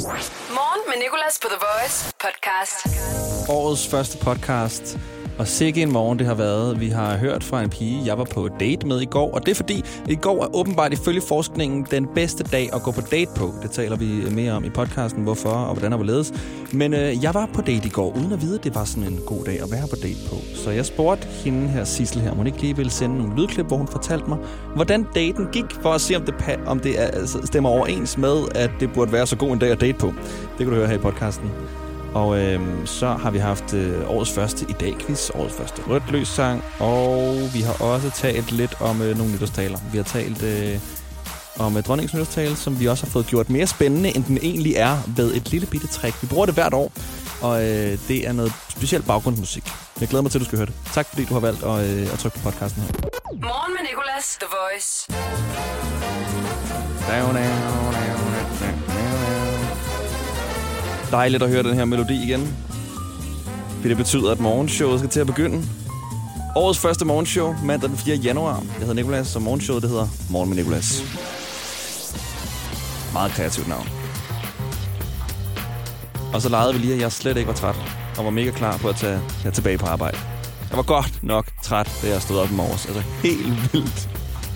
Morgen med Nicolas på The Voice podcast. Årets første podcast. Og sikke en morgen det har været. Vi har hørt fra en pige, jeg var på date med i går. Og det er fordi, i går er åbenbart ifølge forskningen den bedste dag at gå på date på. Det taler vi mere om i podcasten, hvorfor og hvordan og hvorledes. Men jeg var på date i går, uden at vide, at det var sådan en god dag at være på date på. Så jeg spurgte hende her, Sissel her, om hun ikke lige ville sende nogle lydklip, hvor hun fortalte mig, hvordan daten gik, for at se, om det stemmer overens med, at det burde være så god en dag at date på. Det kan du høre her i podcasten. Og så har vi haft årets første i dag quiz, årets første rødt løs sang, og vi har også talt lidt om nogle nytårstaler. Vi har talt om dronningens nytårstale, som vi også har fået gjort mere spændende, end den egentlig er, ved et lille bitte trick. Vi bruger det hvert år, og det er noget specielt baggrundsmusik. Jeg glæder mig til, at du skal høre det. Tak fordi du har valgt at trykke på podcasten her. Morgen med Nicolas, The Voice. Dejligt at høre den her melodi igen. For det betyder, at morgenshowet skal til at begynde. Årets første morgenshow, mandag den 4. januar. Jeg hedder Nicolas, og morgenshowet det hedder Morgen med Nicolas. Meget kreativt navn. Og så legede vi lige, at jeg slet ikke var træt, og var mega klar på at tage tilbage på arbejde. Jeg var godt nok træt, da jeg stod op i morges. Altså helt vildt.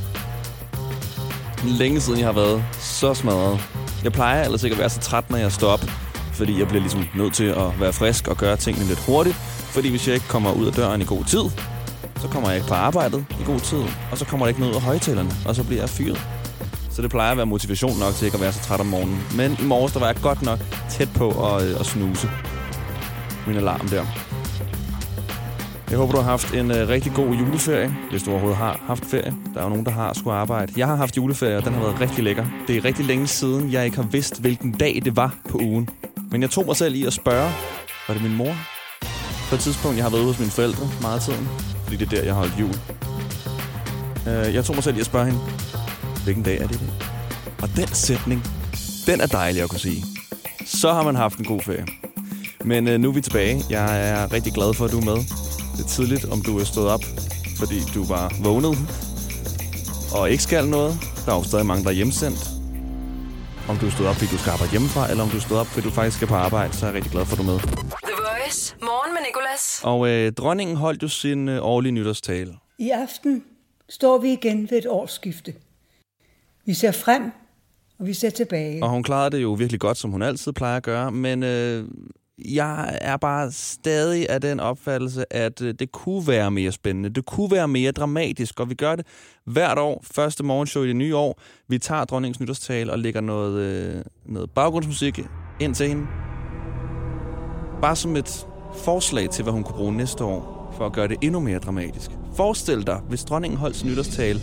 Længe siden jeg har været så smadret. Jeg plejer ellers ikke at være så træt, når jeg står op. Fordi jeg bliver ligesom nødt til at være frisk og gøre tingene lidt hurtigt. Fordi hvis jeg ikke kommer ud af døren i god tid, så kommer jeg ikke på arbejdet i god tid. Og så kommer jeg ikke ned ud af højtalerne, og så bliver jeg fyret. Så det plejer at være motivation nok til ikke at være så træt om morgenen. Men i morges, der var jeg godt nok tæt på at snuse min alarm der. Jeg håber, du har haft en rigtig god juleferie, hvis du overhovedet har haft ferie. Der er jo nogen, der har skulle arbejde. Jeg har haft juleferie, og den har været rigtig lækker. Det er rigtig længe siden, jeg ikke har vidst, hvilken dag det var på ugen. Men jeg tog mig selv i at spørge, var det min mor? På et tidspunkt, jeg har været ude hos mine forældre meget af tiden, fordi det er der, jeg har holdt jul. Jeg tog mig selv i at spørge hende, hvilken dag er det i dag? Og den sætning, den er dejlig at kunne sige. Så har man haft en god ferie. Men nu er vi tilbage. Jeg er rigtig glad for, at du er med. Det er tidligt, om du er stået op, fordi du var vågnet og ikke skal noget. Der er jo stadig mange, der er hjemsendt. Om du er stået op, fordi du skal arbejde hjemmefra, eller om du er stået op, fordi du faktisk skal på arbejde, så er jeg rigtig glad for, at du er med. The Voice. Morgen med Nicolas. Og dronningen holdt jo sin årlige nytårstale. I aften står vi igen ved et årsskifte. Vi ser frem, og vi ser tilbage. Og hun klarede det jo virkelig godt, som hun altid plejer at gøre, men jeg er bare stadig af den opfattelse, at det kunne være mere spændende. Det kunne være mere dramatisk, og vi gør det hvert år. Første morgenshow i det nye år. Vi tager dronningens nytårstale og lægger noget baggrundsmusik ind til hende. Bare som et forslag til, hvad hun kunne bruge næste år, for at gøre det endnu mere dramatisk. Forestil dig, hvis dronningen holdt sin nytårstale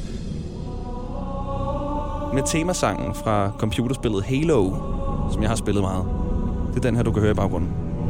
med temasangen fra computerspillet Halo, som jeg har spillet meget. Det er den her, du kan høre i baggrunden.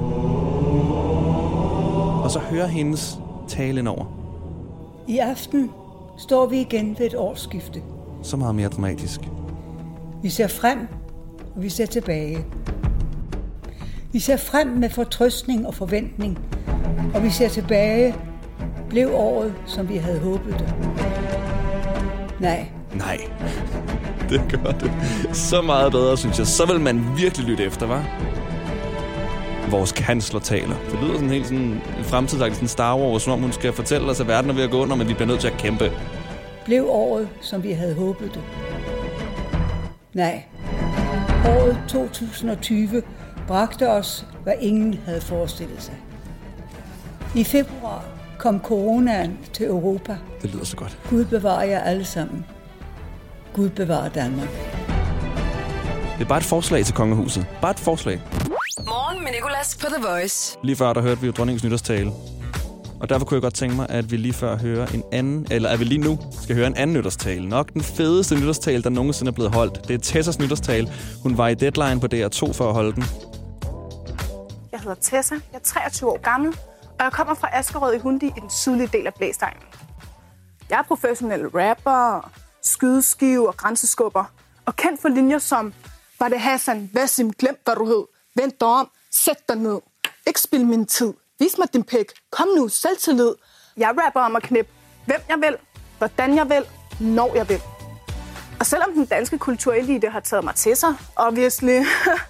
Og så høre hendes tale ind over. I aften står vi igen ved et årsskifte. Så meget mere dramatisk. Vi ser frem, og vi ser tilbage. Vi ser frem med fortrøstning og forventning, og vi ser tilbage. Blev året, som vi havde håbet det? Nej. Nej. Det gør det så meget bedre, synes jeg. Så vil man virkelig lytte efter, hva'? Vores kansler taler. Det lyder sådan helt sådan en fremtidsagtig sådan Star Wars, som om hun skal fortælle os, at verden er ved at gå under, men vi bliver nødt til at kæmpe. Blev året, som vi havde håbet det? Nej. Året 2020 bragte os, hvad ingen havde forestillet sig. I februar kom coronaen til Europa. Det lyder så godt. Gud bevarer jer alle sammen. Gud bevarer Danmark. Det er bare et forslag til kongehuset. Bare et forslag. Morgen med Nicolas på The Voice. Lige før, der hørte vi jo dronningens nytårstale. Og derfor kunne jeg godt tænke mig, at vi lige før hører en anden, eller at vi lige nu skal høre en anden nytårstale. Nok den fedeste nytårstale, der nogensinde er blevet holdt. Det er Tessas nytårstale. Hun var i Deadline på DR2 for at holde den. Jeg hedder Tessa, jeg er 23 år gammel, og jeg kommer fra Askerød i Hundi i den sydlige del af Blæstegnen. Jeg er professionel rapper, skydeskive og grænseskubber, og kendt for linjer som: var det Hassan, Wasim, glem hvad du hed, vent dig om, sæt dig ned, ikke spil min tid, vis mig din pik, kom nu, selvtillid. Jeg rapper om at knippe, hvem jeg vil, hvordan jeg vil, når jeg vil. Og selvom den danske kulturelite har taget mig til sig, obviously,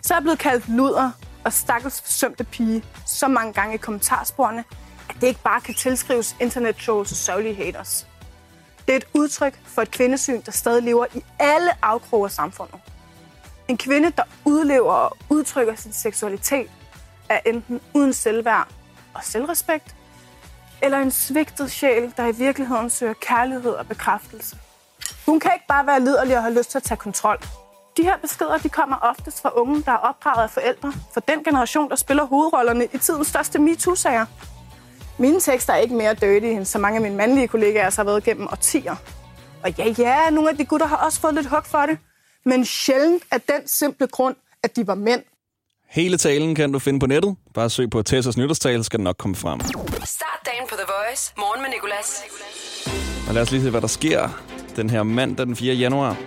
Så er jeg blevet kaldt luder og stakkels forsømte pige så mange gange i kommentarsporene, at det ikke bare kan tilskrives internettrolls og sørgelige haters. Det er et udtryk for et kvindesyn, der stadig lever i alle afkroge af samfundet. En kvinde, der udlever og udtrykker sin seksualitet, er enten uden selvværd og selvrespekt, eller en svigtet sjæl, der i virkeligheden søger kærlighed og bekræftelse. Hun kan ikke bare være liderlig og have lyst til at tage kontrol. De her beskeder de kommer oftest fra unge, der er opdraget af forældre, for den generation, der spiller hovedrollerne i tidens største MeToo-sager. Mine tekster er ikke mere dirty, end så mange af mine mandlige kollegaer har været gennem årtier. Og ja, nogle af de gutter har også fået lidt hug for det, men sjældent af den simple grund, at de var mænd. Hele talen kan du finde på nettet. Bare søg på Tessas nytårstale, skal den nok komme frem. Start dagen på The Voice. Morgen med Nicolas. Og lad os lige se, hvad der sker den her mandag den 4. januar.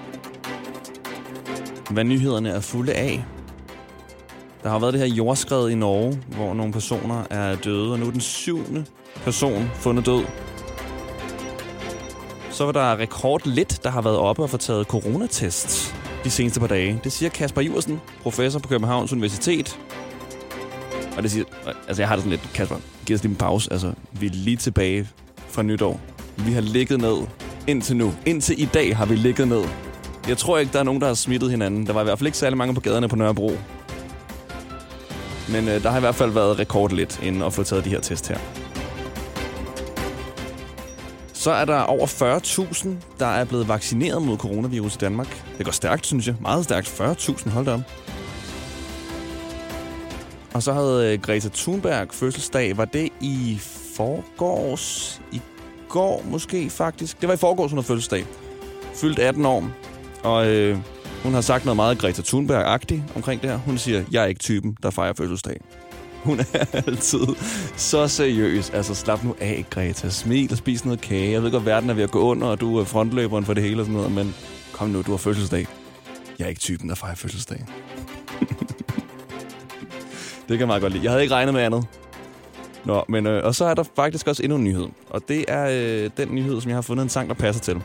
Hvad nyhederne er fulde af. Der har været det her jordskred i Norge, hvor nogle personer er døde, og nu er den 7. person fundet død. Så var der rekord lidt, der har været oppe og få taget coronatest de seneste par dage. Det siger Kasper Iversen, professor på Københavns Universitet. Og det siger, altså jeg har det sådan lidt, Kasper, giv os lige en pause. Altså, vi er lige tilbage fra nytår. Vi har ligget ned indtil nu. Indtil i dag har vi ligget ned. Jeg tror ikke, der er nogen, der har smittet hinanden. Der var i hvert fald ikke særlig mange på gaderne på Nørrebro. Men der har i hvert fald været rekord lidt inden at få taget de her test her. Så er der over 40.000, der er blevet vaccineret mod coronavirus i Danmark. Det går stærkt, synes jeg. Meget stærkt. 40.000, hold da op. Og så havde Greta Thunberg fødselsdag. Var det i forgårs? I går måske faktisk. Det var i forgårs, hun havde fødselsdag. Fyldt 18 år. Og hun har sagt noget meget Greta Thunberg-agtigt omkring det her. Hun siger, jeg er ikke typen, der fejrer fødselsdag. Hun er altid så seriøs. Altså, slap nu af, Greta. Smil og spis noget kage. Jeg ved godt, verden er ved at gå under, og du er frontløberen for det hele og sådan noget. Men kom nu, du har fødselsdag. Jeg er ikke typen, der fejrer fødselsdag. Det kan jeg meget godt lide. Jeg havde ikke regnet med andet. Nå, men og så er der faktisk også endnu en nyhed. Og det er den nyhed, som jeg har fundet en sang, der passer til.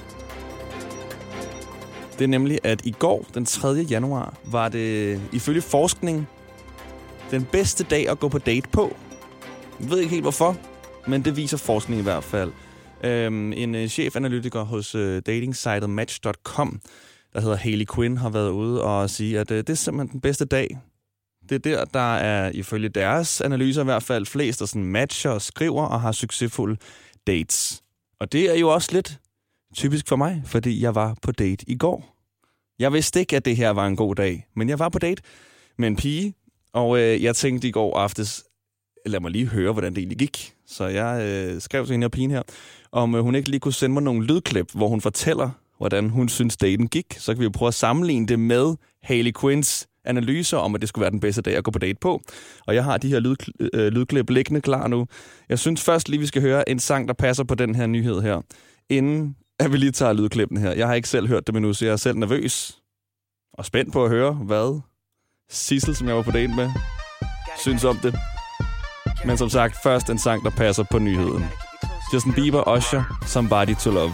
Det er nemlig, at i går, den 3. januar, var det ifølge forskning den bedste dag at gå på date på. Jeg ved ikke helt hvorfor, men det viser forskning i hvert fald. En chefanalytiker hos datingsitet Match.com, der hedder Hayley Quinn, har været ude og sige, at det er simpelthen den bedste dag. Det er der er ifølge deres analyser i hvert fald flest, der sådan matcher og skriver og har succesfulde dates. Og det er jo også lidt typisk for mig, fordi jeg var på date i går. Jeg vidste ikke, at det her var en god dag, men jeg var på date med en pige, og jeg tænkte i går aftes, lad mig lige høre, hvordan det egentlig gik. Så jeg skrev til hende her pigen her, om hun ikke lige kunne sende mig nogle lydklip, hvor hun fortæller, hvordan hun synes daten gik. Så kan vi jo prøve at sammenligne det med Hayley Quinns analyser om, at det skulle være den bedste dag at gå på date på. Og jeg har de her lydklip liggende klar nu. Jeg synes først lige, vi skal høre en sang, der passer på den her nyhed her, inden at vi lige tager lydklippen her. Jeg har ikke selv hørt det endnu, så jeg er selv nervøs og spændt på at høre, hvad Sissel, som jeg var på date med, synes om det. Men som sagt, først en sang, der passer på nyheden. Justin Bieber, Usher, Somebody to Love.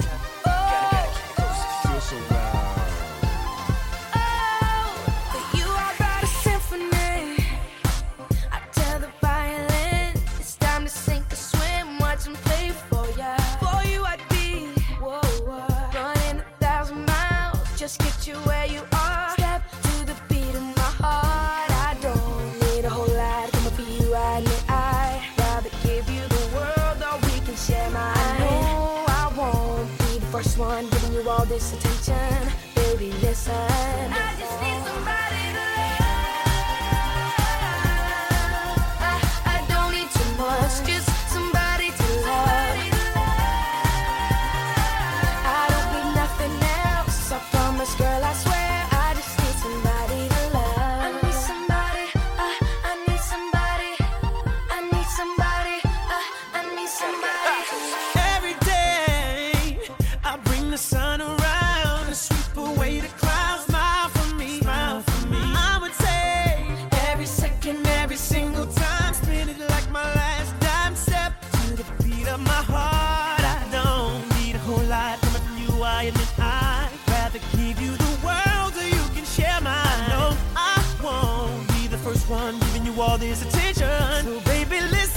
One giving you all this attention, baby, listen. I just need somebody to love. I don't need too much, just somebody to love. I don't need nothing else, I promise, girl, I swear. I just need somebody to love. I need somebody, I need somebody, I need somebody, I need somebody. Every day I bring the sun around and sweep away the clouds. Smile for me, one giving you all this attention. So baby, listen.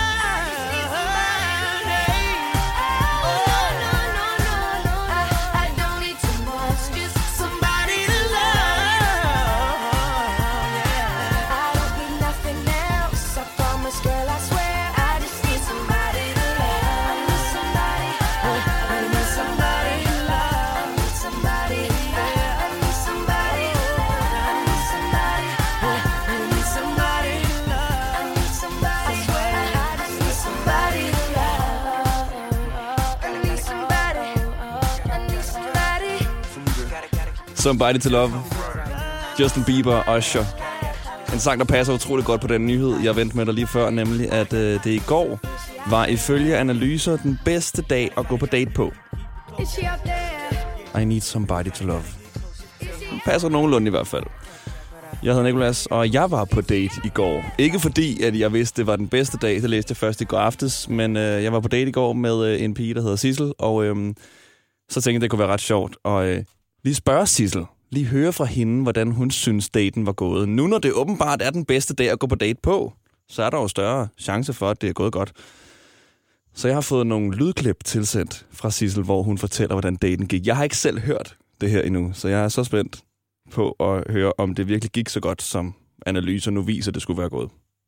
Somebody to Love. Justin Bieber og Usher. En sang, der passer utroligt godt på den nyhed, jeg vendte med dig lige før, nemlig at det i går var ifølge analyser den bedste dag at gå på date på. I need somebody to love. Den passer nogenlunde i hvert fald. Jeg hedder Nicolas, og jeg var på date i går. Ikke fordi, at jeg vidste, det var den bedste dag. Det læste jeg først i går aftes. Men jeg var på date i går med en pige, der hedder Sissel. Og så tænkte jeg, det kunne være ret sjovt. Og lige spørge Sissel. Lige høre fra hende, hvordan hun synes, daten var gået. Nu, når det åbenbart er den bedste dag at gå på date på, så er der jo større chance for, at det er gået godt. Så jeg har fået nogle lydklip tilsendt fra Sissel, hvor hun fortæller, hvordan daten gik. Jeg har ikke selv hørt det her endnu, så jeg er så spændt på at høre, om det virkelig gik så godt, som analyser nu viser, det skulle være gået.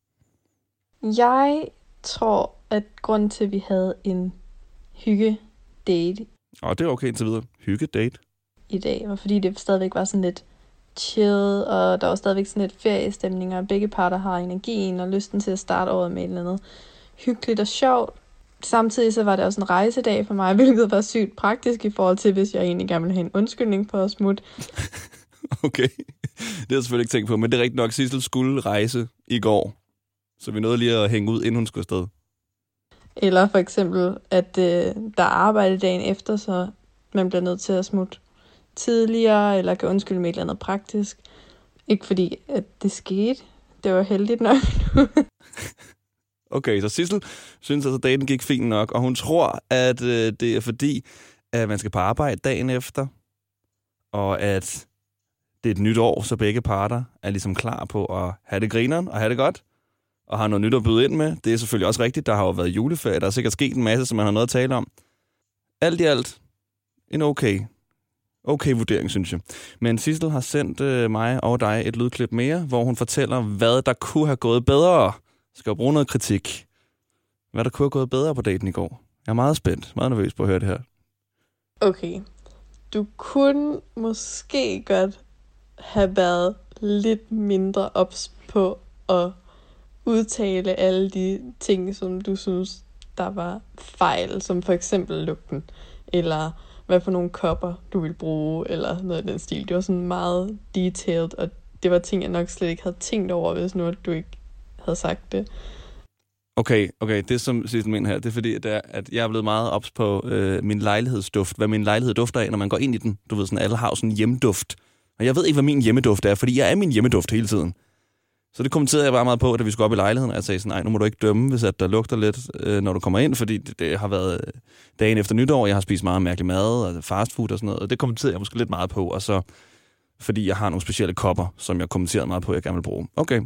Jeg tror, at grunden til, at vi havde en hygge-date Og det er okay indtil videre. Hygge-date. i dag, var fordi det stadigvæk var sådan lidt chill, og der var stadigvæk sådan lidt feriestemning, og begge parter har energien og lysten til at starte året med et eller andet hyggeligt og sjovt. Samtidig så var det også en rejsedag for mig, hvilket var sygt praktisk i forhold til, hvis jeg egentlig gerne ville have en undskyldning på at smutte. Okay, det har jeg selvfølgelig ikke tænkt på, men det er rigtigt nok, Sissel skulle rejse i går, så vi nåede lige at hænge ud, inden hun skulle afsted. Eller for eksempel, at der er arbejde dagen efter, så man bliver nødt til at smutte tidligere, eller kan undskylde med et eller andet praktisk. Ikke fordi, at det skete. Det var heldigt nok. Okay, så Sissel synes altså, at daten gik fint nok, og hun tror, at det er fordi, at man skal på arbejde dagen efter, og at det er et nyt år, så begge parter er ligesom klar på at have det grineren og have det godt, og har noget nyt at byde ind med. Det er selvfølgelig også rigtigt. Der har jo været juleferie. Der er sikkert sket en masse, som man har noget at tale om. Alt i alt en okay vurdering, synes jeg. Men Sissel har sendt mig og dig et lydklip mere, hvor hun fortæller, hvad der kunne have gået bedre. Skal jeg bruge noget kritik? Hvad der kunne have gået bedre på daten i går? Jeg er meget spændt, meget nervøs på at høre det her. Okay. Du kunne måske godt have været lidt mindre ops på at udtale alle de ting, som du synes, der var fejl, som for eksempel lugten, eller hvad for nogle kopper du ville bruge, eller noget af den stil. Det var sådan meget detailed, og det var ting, jeg nok slet ikke havde tænkt over, hvis nu du ikke havde sagt det. Okay, det som Sissel mener her, det er fordi, at jeg er blevet meget ops på min lejlighedsduft, hvad min lejlighed dufter af, når man går ind i den. Du ved, sådan, alle har sådan en hjemmeduft. Og jeg ved ikke, hvad min hjemmeduft er, fordi jeg er min hjemmeduft hele tiden. Så det kommenterede jeg bare meget på, da vi skulle op i lejligheden, og jeg sagde sådan, nej, nu må du ikke dømme, hvis at der lugter lidt, når du kommer ind, fordi det har været dagen efter nytår, jeg har spist meget mærkelig mad og fastfood og sådan noget, og det kommenterede jeg måske lidt meget på, og så fordi jeg har nogle specielle kopper, som jeg kommenterede meget på, jeg gerne vil bruge. Okay.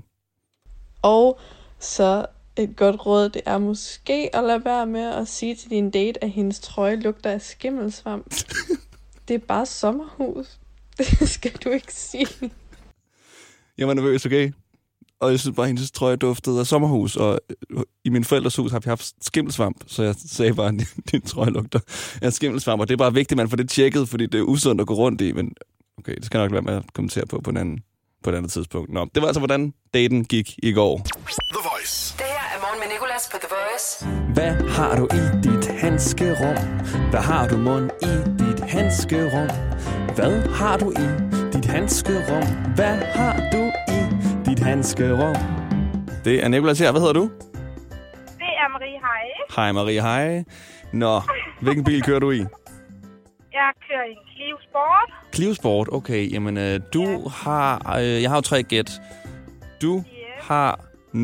Og så et godt råd, det er måske at lade være med at sige til din date, at hendes trøje lugter af skimmelsvamp. Det er bare sommerhus. Det skal du ikke sige. Jeg var nervøs, okay? Og jeg synes bare, at hendes trøje duftede af sommerhus, og i min forældres hus har vi haft skimmelsvamp, så jeg sagde bare, at din trøje lugter af skimmelsvamp, og det er bare vigtigt, at man får det tjekket, fordi det er usundt at gå rundt i, men okay, det skal nok være med at kommentere på et andet tidspunkt. Nå, det var altså, hvordan daten gik i går. The Voice. Det her er Morgen med Nicolas på The Voice. Hvad har du i dit handskerum? Hvad har du mund i dit handskerum? Hvad har du i dit handskerum? Hvad har du i dit handskerum? Det er Nicolas her. Hvad hedder du? Det er Marie, hej. Hej Marie, hej. Nå, hvilken bil kører du i? Jeg kører i en Clio Sport. Clio Sport, okay. Jamen, du har... jeg har jo 3 gæt. Du har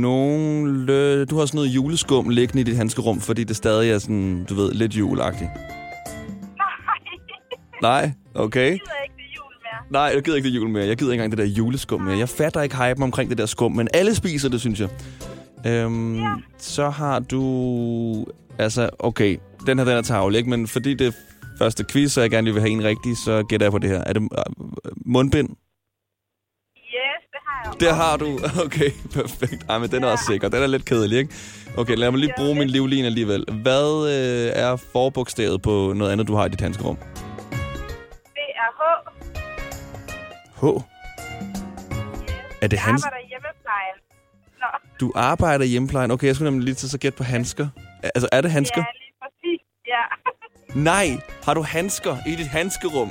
du har sådan noget juleskum liggende i dit handskerum, fordi det stadig er sådan, du ved, lidt juleagtigt. Nej. Nej? Okay. Jeg gider ikke det jul mere. Nej, jeg gider ikke det jul mere. Jeg gider ikke engang det der juleskum mere. Jeg fatter ikke hypen omkring det der skum, men alle spiser det, synes jeg. Så har du... Altså, okay, den her, den er tavle, ikke? Men fordi det er første quiz, så jeg gerne lige vil have en rigtig, så gætter jeg på det her. Er det mundbind? Yes, det har jeg. Det har du. Okay, perfekt. Ej, men den er også sikker. Den er lidt kedelig, ikke? Okay, lad mig lige bruge min livline alligevel. Hvad er forbogstavet på noget andet, du har i dit handskerum? Det er H. H? Er det Jeg hans? arbejder i hjemmeplejen. Nå. Du arbejder i hjemmeplejen. Okay, jeg skulle nemlig lige til så gætte på handsker. Altså, er det handsker? Ja, lige præcis. Ja. Nej! Har du handsker i dit handskerum?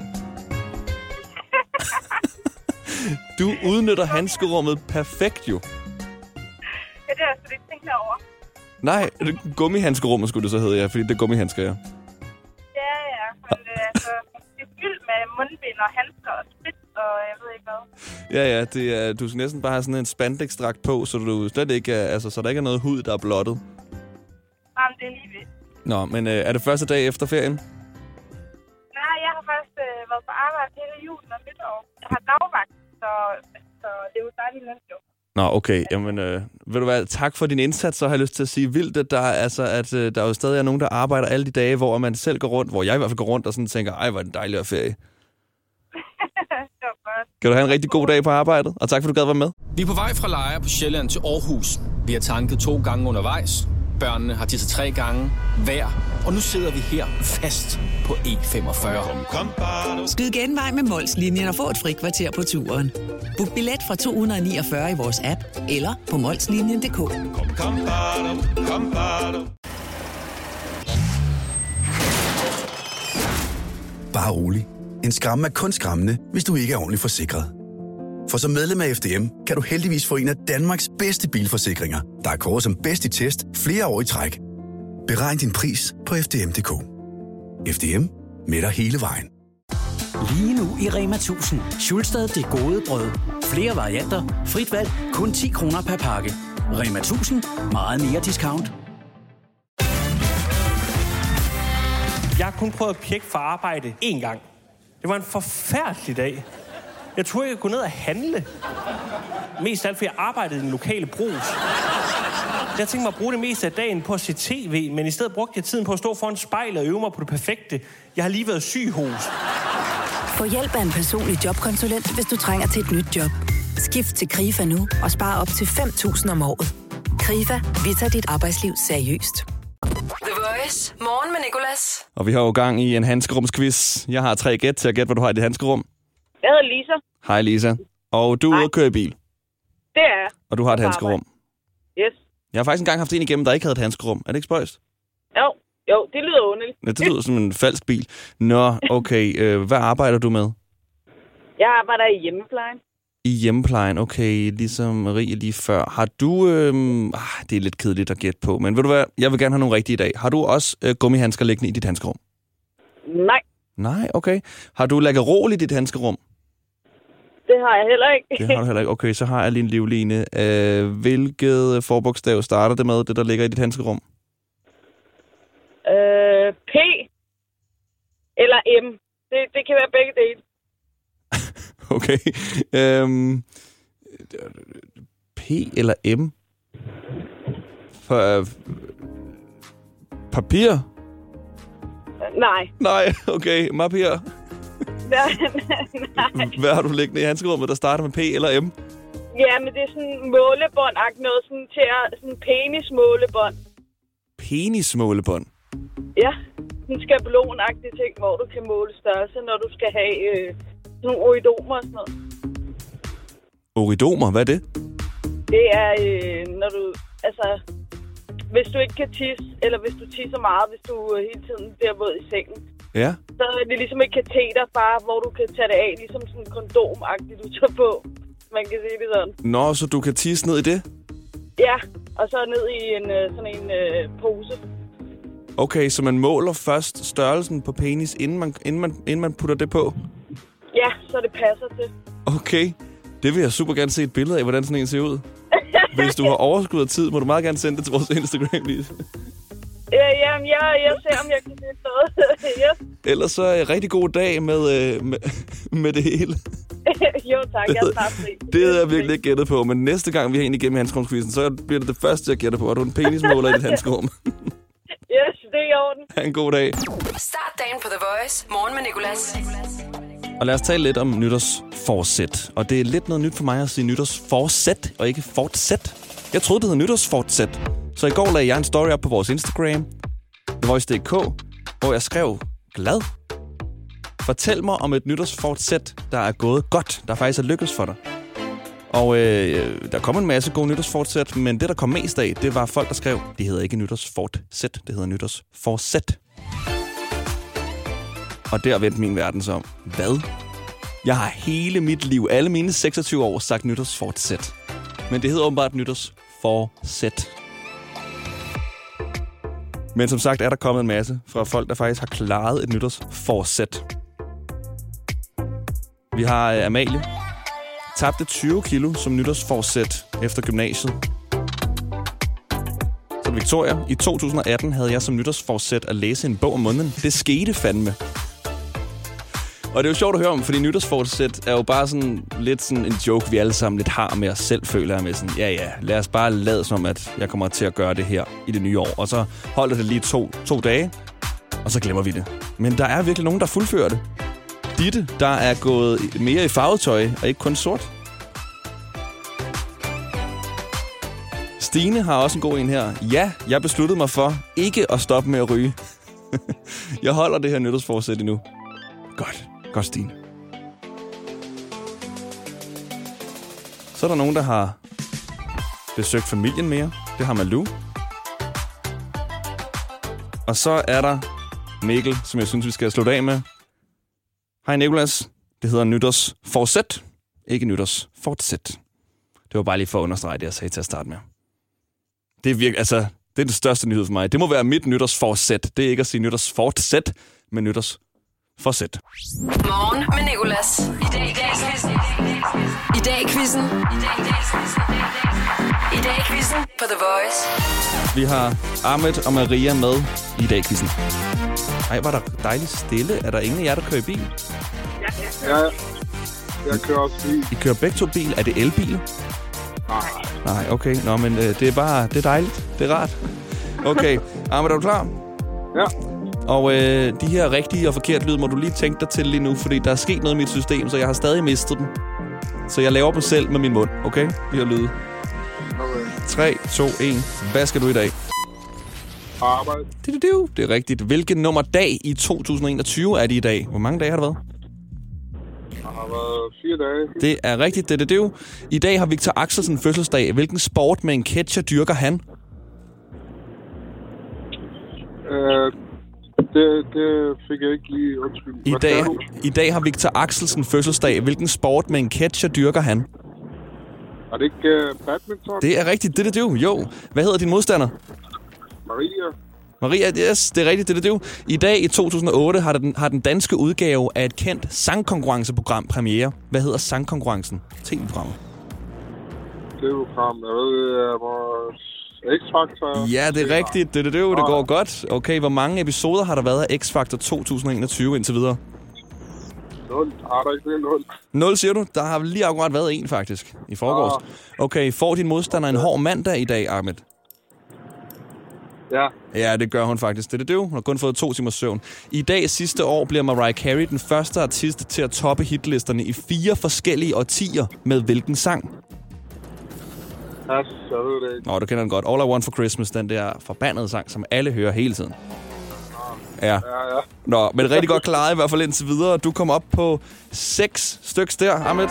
Du udnytter handskerummet perfekt, jo. Ja, det har jeg slet ikke tænkt over. Nej, gummihandskerummet skulle det så hedde, ja, fordi det er gummihandsker, ja. Ja. Men altså, det er fyldt med mundbind og handsker og sprit og jeg ved ikke hvad. Ja, du skal næsten bare have sådan en spandextrakt på, så du slet ikke så der ikke er noget hud, der er blottet. Jamen, det er lige ved. Nå, men er det første dag efter ferien? Nej, jeg har først været på arbejde hele julen og nytår. Jeg har dagvagt, så det er jo dejligt nemt jo. Nå, okay. Jamen, ved du hvad, tak for din indsats, så har jeg lyst til at sige vildt, at der jo stadig er nogen, der arbejder alle de dage, hvor man selv går rundt, hvor jeg i hvert fald går rundt og sådan tænker, ej, hvor er det dejligt at ferie. Det var godt. Kan du have en rigtig god dag på arbejdet, og tak for, du gad være med. Vi er på vej fra Lejre på Sjælland til Aarhus. Vi har tanket 2 gange undervejs. Børnene har tisset 3 gange hver. Og nu sidder vi her fast på E45. Skyd genvej med Mols-linjen og få et frikvarter på turen. Book billet fra 249 i vores app eller på molslinjen.dk. Bare rolig. En skræmme er kun skræmmende, hvis du ikke er ordentligt forsikret. For som medlem af FDM kan du heldigvis få en af Danmarks bedste bilforsikringer, der er kåret som bedst i test flere år i træk. Beregn din pris på FDM.dk. FDM med dig hele vejen. Lige nu i Rema 1000. Schulstad det gode brød. Flere varianter. Frit valg. Kun 10 kroner per pakke. Rema 1000. Meget mere discount. Jeg har kun prøvet at pjekke for arbejde 1 gang. Det var en forfærdelig dag. Jeg troede, jeg kunne gå ned og handle. Mest af alt, fordi jeg arbejdede i den lokale brus. Jeg tænkte mig at bruge det meste af dagen på at se tv, men i stedet brugte jeg tiden på at stå foran spejlet og øve mig på det perfekte. Jeg har lige været syg hos. Få hjælp af en personlig jobkonsulent, hvis du trænger til et nyt job. Skift til KRIFA nu og spar op til 5.000 om året. KRIFA, vi tager dit arbejdsliv seriøst. The Voice. Morgen med Nicolas. Og vi har jo gang i en handskerumsquiz. Jeg har 3 gæt til at gætte, hvad du har i dit handskerum. Jeg hedder Lisa. Hej Lisa. Og du er ude at køre i bil. Det er jeg. Og du har et handskerum. Yes. Jeg har faktisk engang haft en igennem, der ikke havde et handskerum. Er det ikke spøjst? Jo, det lyder underligt. Ja, det lyder som en falsk bil. Nå, okay. Hvad arbejder du med? Jeg arbejder i hjemmeplejen. I hjemmeplejen, okay. Ligesom Marie lige før. Har du... det er lidt kedeligt at gætte på, men ved du hvad? Jeg vil gerne have nogle rigtige i dag. Har du også gummihandsker liggende i dit handskerum? Nej. Nej, okay. Har du Laggerol i dit handskerum? Det har jeg heller ikke. Det har du heller ikke. Okay, så har jeg lige en livline. Hvilket forbogstav starter det med, det der ligger i dit handskerum? P eller M. Det kan være begge dele. Okay. P eller M? Papir? Nej. Nej, okay. Mapir. Nej. Hvad har du liggende i handskerummet, der starter med P eller M? Ja, men det er sådan målebånd-agtigt noget, sådan til at, sådan penismålebånd. Penismålebånd? Ja, sådan en skabelon-agtig ting, hvor du kan måle størrelse, når du skal have nogle oridomer og sådan noget. Oridomer? Hvad er det? Det er, når du, altså, hvis du ikke kan tisse, eller hvis du tisser meget, hvis du hele tiden bliver våd i sengen. Ja. Så er det ligesom et kateter, bare hvor du kan tage det af, ligesom sådan en kondom-agtigt, du tager på. Man kan sige det sådan. Nå, så du kan tisse ned i det? Ja, og så ned i sådan en pose. Okay, så man måler først størrelsen på penis, inden man putter det på? Ja, så det passer til. Okay, det vil jeg super gerne se et billede af, hvordan sådan en ser ud. Hvis du har overskud af tid, må du meget gerne sende det til vores Instagram, Lise. Jamen, jeg ser, om jeg kan det. Yes. Ellers så rigtig god dag med det hele. Jo tak, jeg tager fri. Det havde jeg virkelig ikke gættet på, men næste gang vi har en igennem handskerumsquizzen, så bliver det første, jeg gætter på. Er du en penismåler i dit handskerum? Yes, det er i orden. Ha' en god dag. Start dagen på The Voice. Morgen med Nicolas. Og lad os tale lidt om nytårsforsæt. Og det er lidt noget nyt for mig at sige nytårsforsæt, og ikke fortsæt. Jeg troede, det hed nytårsfortsæt. Så i går lagde jeg en story op på vores Instagram, TheVoice.dk, hvor jeg skrev glad. Fortæl mig om et nytårsfortsæt, der er gået godt, der faktisk er lykkedes for dig. Og der kom en masse gode nytårsfortsæt, men det, der kom mest af, det var folk, der skrev, det hedder ikke nytårsfortsæt, det hedder nytårsforsæt. Og der vendte min verden så om. Hvad? Jeg har hele mit liv, alle mine 26 år, sagt nytårsfortsæt. Men det hedder åbenbart nytårsforsæt. Men som sagt er der kommet en masse fra folk, der faktisk har klaret et nytårsforsæt. Vi har Amalie. Tabte 20 kilo som nytårsforsæt efter gymnasiet. Så Victoria. I 2018 havde jeg som nytårsforsæt at læse en bog om måneden. Det skete fandme. Og det er jo sjovt at høre om, fordi nytårsforsæt er jo bare sådan lidt sådan en joke, vi alle sammen lidt har med os selv, føler jeg med sådan, ja, lad os bare lade som, at jeg kommer til at gøre det her i det nye år. Og så holder det lige to dage, og så glemmer vi det. Men der er virkelig nogen, der fuldfører det. Ditte, der er gået mere i farvetøj, og ikke kun sort. Stine har også en god en her. Ja, jeg besluttede mig for ikke at stoppe med at ryge. Jeg holder det her nytårsforsæt endnu. Godt, Stine. Så er der nogen, der har besøgt familien mere. Det har Malou. Og så er der Mikkel, som jeg synes, vi skal slutte af med. Hej Nicolas. Det hedder nytårsforsæt, ikke nytårsfortsæt. Det var bare lige for at understrege det, jeg sagde til at starte med. Det er virkelig, det er det største nyhed for mig. Det må være mit nytårsforsæt. Det er ikke at sige nytårsfortsæt, men nytårsforsæt. Morgen med Nicolas. I dag i quizzen på The Voice. Vi har Ahmed og Maria med i dag i quizzen. Ej, var der dejligt stille. Er der ingen af jer, der kører i bil? Ja. Jeg kører også bil. I kører begge to bil. Er det elbil? Nej, okay. Nå, men det er dejligt. Det er rart. Okay, Ahmed, er du klar? Ja. Og de her rigtige og forkerte lyd må du lige tænke dig til lige nu, fordi der er sket noget i mit system, så jeg har stadig mistet dem. Så jeg laver dem selv med min mund, okay? De her lyde. Okay. 3, 2, 1. Hvad skal du i dag? Arbejde. Det er rigtigt. Hvilken nummer dag i 2021 er det i dag? Hvor mange dage har det været? Det har været 4 dage. Det er rigtigt. Det. I dag har Victor Axelsen fødselsdag. Hvilken sport med en catcher dyrker han? Det fik jeg ikke lige undskyld. I dag har Victor Axelsen fødselsdag. Hvilken sport med en catcher dyrker han? Er det ikke badminton? Det er rigtigt. Det. Jo. Hvad hedder din modstander? Maria, yes, det er rigtigt. Det. I dag i 2008 har den danske udgave af et kendt sangkonkurrenceprogram premiere. Hvad hedder sangkonkurrencen? TV-programmet. TV-program, jeg ved, X-Factor. Ja, det er rigtigt. Det går godt. Okay, hvor mange episoder har der været af X-Factor 2021 indtil videre? 0. Har der ikke det 0? 0, siger du? Der har lige akkurat været en, faktisk, i forgårs. Okay, får din modstander en hård mandag i dag, Ahmed? Ja. Ja, det gør hun faktisk. Det. Hun har kun fået 2 timers søvn. I dag sidste år bliver Mariah Carey den første artist til at toppe hitlisterne i 4 forskellige årtier med hvilken sang? Ja, så ved det ikke. Nå, du kender den godt. All I Want for Christmas, den der forbandede sang, som alle hører hele tiden. Ja. Nå, men rigtig godt klaret i hvert fald indtil videre. Du kom op på 6 styks der, Ahmed.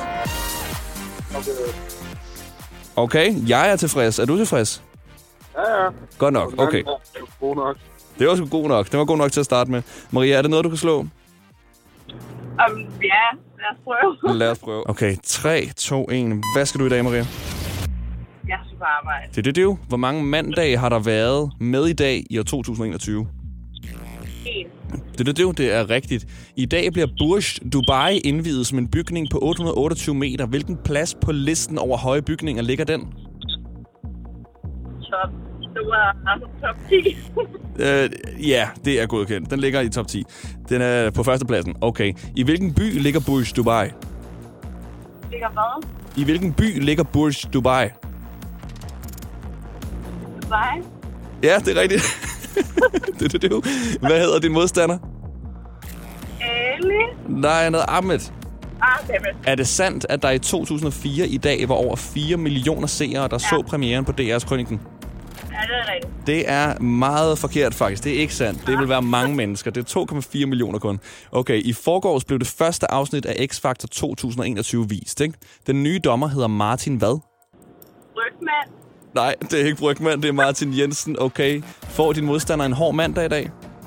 Okay, jeg er tilfreds. Er du tilfreds? Ja. Godt nok, okay. God nok. Det var sgu god nok. Det var god nok til at starte med. Maria, er det noget, du kan slå? Ja, lad os prøve. Lad os prøve. Okay, 3, 2, 1. Hvad skal du i dag, Maria? Jeg skal på arbejde. Det. Hvor mange mandage har der været med i dag i år 2021? 1. Det er rigtigt. I dag bliver Burj Dubai indviet som en bygning på 828 meter. Hvilken plads på listen over høje bygninger ligger den? Top. Det var top 10. Ja, det er godkendt. Den ligger i top 10. Den er på førstepladsen. Okay. I hvilken by ligger Burj Dubai? Ligger hvad? I hvilken by ligger Burj Dubai? Dubai? Ja, det er rigtigt. det. Hvad hedder din modstander? Ali? Nej, noget Ahmed. Dammit. Er det sandt, at der i 2004 i dag var over 4 millioner seere, der så premieren på DR's Krøniken? Ja, det er rigtigt. Det er meget forkert, faktisk. Det er ikke sandt. Det vil være mange mennesker. Det er 2,4 millioner kun. Okay, i forgårs blev det første afsnit af X-Factor 2021 vist, ikke? Den nye dommer hedder Martin hvad? Brygman. Nej, det er ikke Brygman, det er Martin Jensen. Okay. Får din modstander en hård mandag i dag?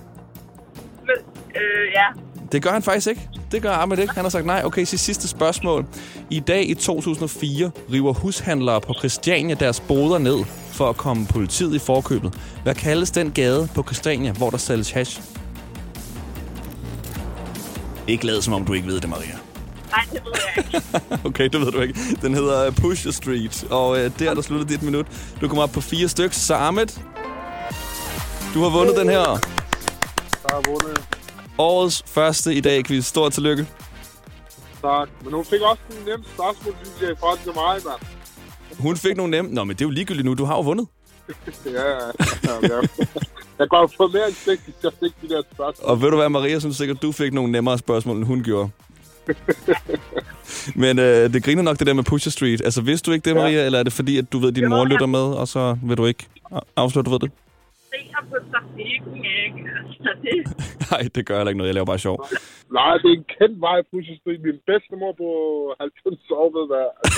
Ja. Det gør han faktisk ikke. Det gør Ahmed ikke. Han har sagt nej. Okay, sidste spørgsmål. I dag i 2004 river hushandlere på Christiania deres boder ned for at komme politiet i forkøbet. Hvad kaldes den gade på Christiania, hvor der sælges hash? Ikke lad som om du ikke ved det, Maria. Nej, det ved jeg ikke. Okay, det ved du ikke. Den hedder Pusher Street, og der er der sluttet dit minut. Du kommer op på 4 stykker. Så Ahmed, du har vundet den her. Jeg har vundet. Årets første i dag, quiz. Stort tillykke. Tak. Men hun fik også en nem spørgsmål, synes jeg, i forhold til mig, mand. Hun fik nogle nemme. Nå, men det er jo ligegyldigt nu. Du har jo vundet. Jeg går få mere end 6, jeg fik de der spørgsmål. Og ved du hvad, Maria, synes sikkert, du fik nogle nemmere spørgsmål, end hun gjorde. Men det griner nok det der med Pusher Street. Altså, vidste du ikke det, Maria, eller er det fordi, at du ved, at din mor lytter med, og så vil du ikke afsløre, du ved det? På trafikken, ikke? Altså, det... Nej, det gør heller ikke noget. Jeg laver bare sjov. Nej, det er en kendt vej, Pusher Street. Min bedstemor på 90 år ved hvad. Altså.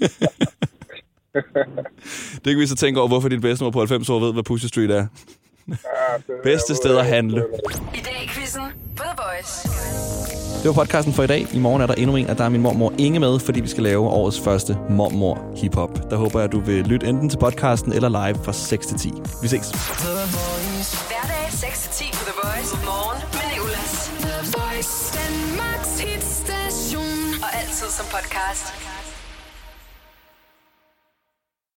Det kan vi så tænke over, hvorfor din bedstemor på 90 år ved, hvad Pusher Street er. Bedste sted at handle. I dag i quizzen på The Voice. Det var podcasten for i dag. I morgen er der endnu en, og der er min mormor Inge med, fordi vi skal lave årets første mormor hiphop. Der håber jeg, at du vil lytte enten til podcasten eller live fra 6 til 10. Vi ses. Hverdag 6 til 10 på The Voice. Morgen med Nicolas. The Voice. Danmarks hitstation. Og altid som podcast.